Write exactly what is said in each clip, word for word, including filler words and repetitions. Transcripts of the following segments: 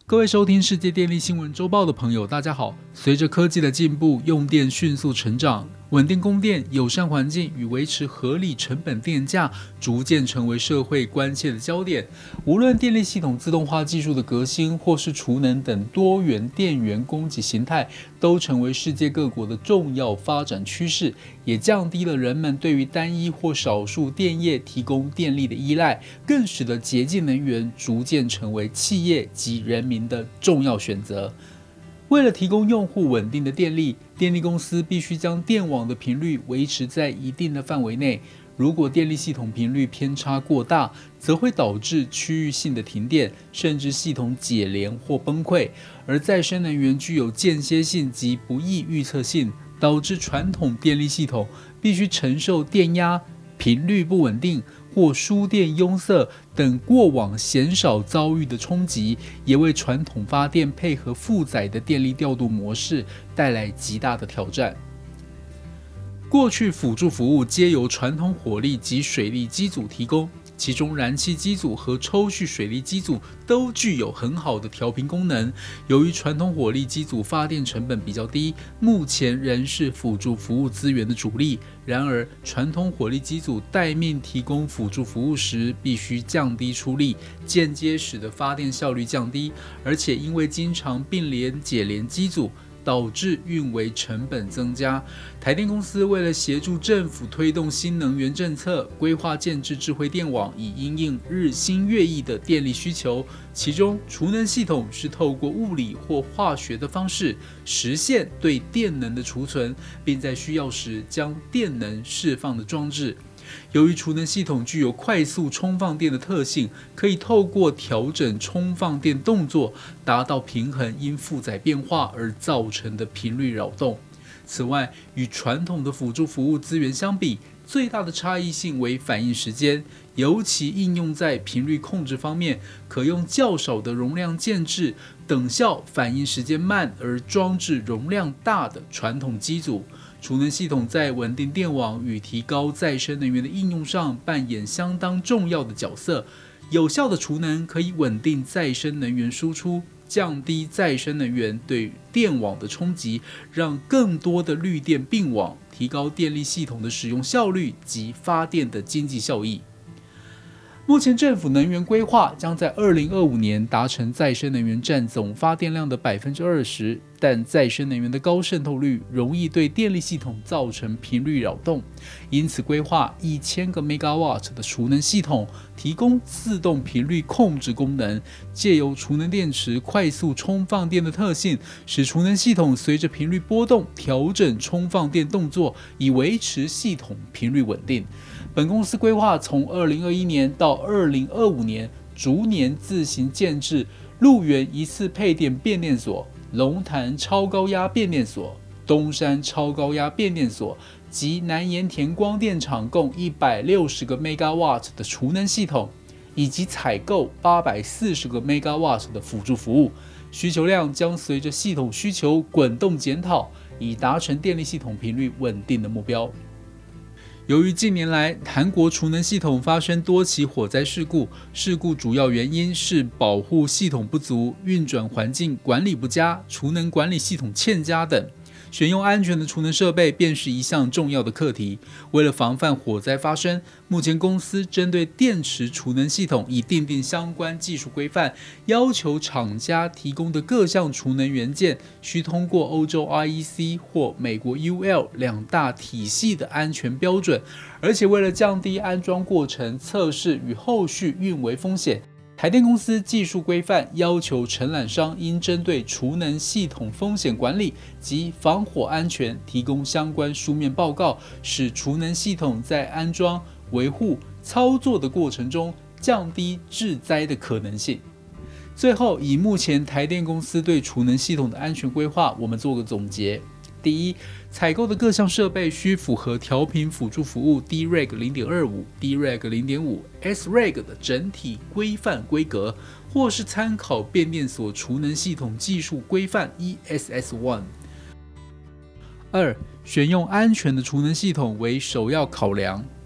各位收听世界电力新闻周报的朋友，大家好。随着科技的进步，用电迅速成长，稳定供电、友善环境与维持合理成本电价，逐渐成为社会关切的焦点。无论电力系统自动化技术的革新，或是储能等多元电源供给形态，都成为世界各国的重要发展趋势，也降低了人们对于单一或少数电业提供电力的依赖，更使得洁净能源逐渐成为企业及人民的重要选择。为了提供用户稳定的电力，电力公司必须将电网的频率维持在一定的范围内。如果电力系统频率偏差过大，则会导致区域性的停电，甚至系统解联或崩溃。而再生能源具有间歇性及不易预测性，导致传统电力系统必须承受电压、频率不稳定或输电壅塞等过往鲜少遭遇的冲击，也为传统发电配合负载的电力调度模式带来极大的挑战。过去辅助服务皆由传统火力及水力机组提供，其中燃气机组和抽蓄水力机组都具有很好的调频功能。由于传统火力机组发电成本比较低，目前仍是辅助服务资源的主力。然而，传统火力机组待命提供辅助服务时，必须降低出力，间接使得发电效率降低，而且因为经常并联解联机组，导致运维成本增加。台电公司为了协助政府推动新能源政策，规划建置智慧电网，以因应日新月异的电力需求。其中，储能系统是透过物理或化学的方式实现对电能的储存，并在需要时将电能释放的装置。由于储能系统具有快速充放电的特性，可以透过调整充放电动作，达到平衡因负载变化而造成的频率扰动。此外，与传统的辅助服务资源相比，最大的差异性为反应时间，尤其应用在频率控制方面，可用较少的容量建置等效反应时间慢而装置容量大的传统机组。储能系统在稳定电网与提高再生能源的应用上扮演相当重要的角色。有效的储能可以稳定再生能源输出，降低再生能源对电网的冲击，让更多的绿电并网，提高电力系统的使用效率及发电的经济效益。目前政府能源规划将在二零二五年达成再生能源占总发电量的 百分之二十， 但再生能源的高渗透率容易对电力系统造成频率扰动，因此规划一千个 megawatt 的储能系统，提供自动频率控制功能，借由储能电池快速充放电的特性，使储能系统随着频率波动调整充放电动作，以维持系统频率稳定。本公司规划从二零二一年到二零二五年，逐年自行建置鹿园一次配电变电所、龙潭超高压变电所、东山超高压变电所及南盐田光电厂共一百六十个 megawatt 的储能系统，以及采购八百四十个 megawatt 的辅助服务。需求量将随着系统需求滚动检讨，以达成电力系统频率稳定的目标。由于近年来韩国储能系统发生多起火灾事故，事故主要原因是保护系统不足、运转环境管理不佳、储能管理系统欠佳等。选用安全的储能设备便是一项重要的课题。为了防范火灾发生，目前公司针对电池储能系统已订定相关技术规范，要求厂家提供的各项储能元件需通过欧洲 R E C 或美国 U L 两大体系的安全标准。而且为了降低安装过程、测试与后续运维风险，台电公司技术规范要求承揽商应针对储能系统风险管理及防火安全提供相关书面报告，使储能系统在安装、维护、操作的过程中降低致灾的可能性。最后，以目前台电公司对储能系统的安全规划，我们做个总结。第一，采购的各项设备需符合调频辅助服务 D R E G 零点二五、D R E G 零点五、S R E G 的整体规范规格，或是参考变电所储能系统技术规范 E S S 一。二，选用安全的储能系统为首要考量。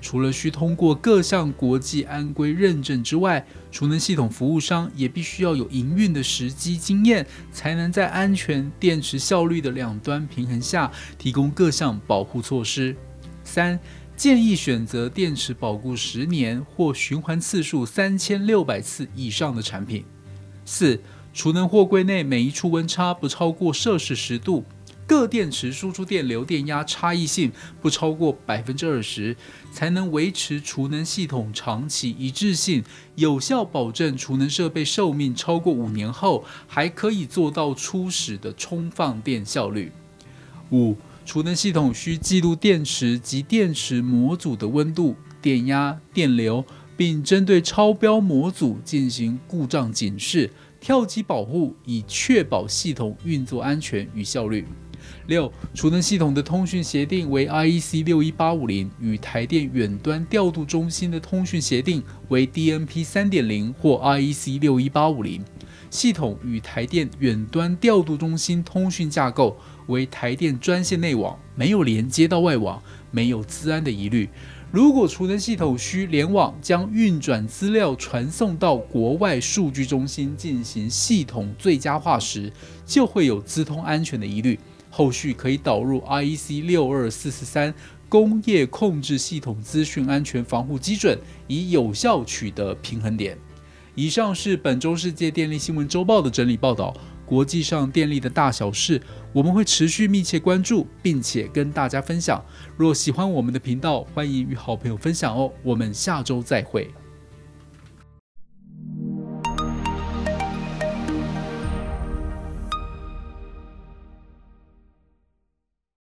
除了需通过各项国际安规认证之外，储能系统服务商也必须要有营运的实际经验，才能在安全、电池效率的两端平衡下，提供各项保护措施。三、建议选择电池保固十年或循环次数三千六百次以上的产品。四、储能货柜内每一处温差不超过摄氏十度，各电池输出电流电压差异性不超过 百分之二十， 才能维持储能系统长期一致性，有效保证储能设备寿命超过五年后，还可以做到初始的充放电效率。五、储能系统需记录电池及电池模组的温度、电压、电流，并针对超标模组进行故障警示、跳机保护，以确保系统运作安全与效率。六、储能系统的通讯协定为 I E C 六一八五零， 与台电远端调度中心的通讯协定为 D N P 三点零 或 I E C 六一八五零。系统与台电远端调度中心通讯架构为台电专线内网，没有连接到外网，没有资安的疑虑。如果储能系统需联网，将运转资料传送到国外数据中心进行系统最佳化时，就会有资通安全的疑虑。后续可以导入 I E C 六二四四三 工业控制系统资讯安全防护基准，以有效取得平衡点。以上是本周世界电力新闻周报的整理报道。国际上电力的大小事，我们会持续密切关注，并且跟大家分享。若喜欢我们的频道，欢迎与好朋友分享哦。我们下周再会。